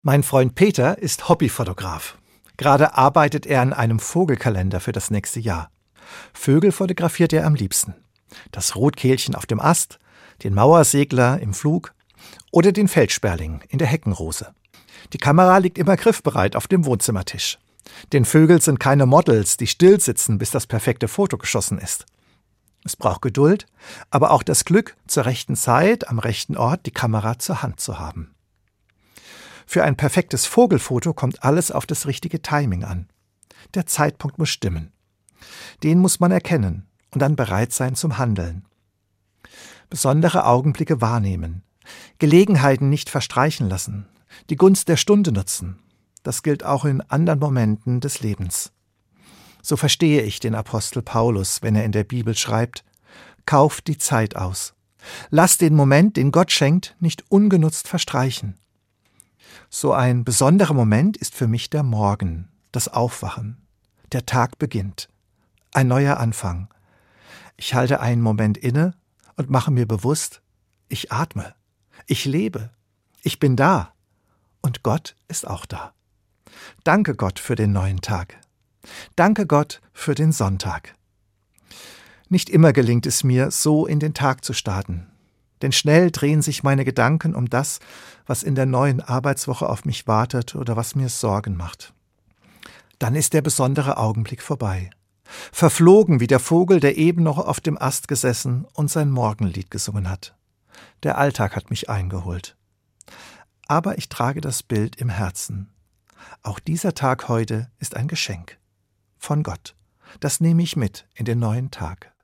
Mein Freund Peter ist Hobbyfotograf. Gerade arbeitet er an einem Vogelkalender für das nächste Jahr. Vögel fotografiert er am liebsten. Das Rotkehlchen auf dem Ast, den Mauersegler im Flug oder den Feldsperling in der Heckenrose. Die Kamera liegt immer griffbereit auf dem Wohnzimmertisch. Denn Vögel sind keine Models, die still sitzen, bis das perfekte Foto geschossen ist. Es braucht Geduld, aber auch das Glück, zur rechten Zeit, am rechten Ort die Kamera zur Hand zu haben. Für ein perfektes Vogelfoto kommt alles auf das richtige Timing an. Der Zeitpunkt muss stimmen. Den muss man erkennen und dann bereit sein zum Handeln. Besondere Augenblicke wahrnehmen, Gelegenheiten nicht verstreichen lassen, die Gunst der Stunde nutzen. Das gilt auch in anderen Momenten des Lebens. So verstehe ich den Apostel Paulus, wenn er in der Bibel schreibt: Kauft die Zeit aus. Lasst den Moment, den Gott schenkt, nicht ungenutzt verstreichen. So ein besonderer Moment ist für mich der Morgen, das Aufwachen. Der Tag beginnt. Ein neuer Anfang. Ich halte einen Moment inne und mache mir bewusst: Ich atme, ich lebe, ich bin da und Gott ist auch da. Danke Gott für den neuen Tag. Danke Gott für den Sonntag. Nicht immer gelingt es mir, so in den Tag zu starten. Denn schnell drehen sich meine Gedanken um das, was in der neuen Arbeitswoche auf mich wartet oder was mir Sorgen macht. Dann ist der besondere Augenblick vorbei. Verflogen wie der Vogel, der eben noch auf dem Ast gesessen und sein Morgenlied gesungen hat. Der Alltag hat mich eingeholt. Aber ich trage das Bild im Herzen. Auch dieser Tag heute ist ein Geschenk von Gott. Das nehme ich mit in den neuen Tag.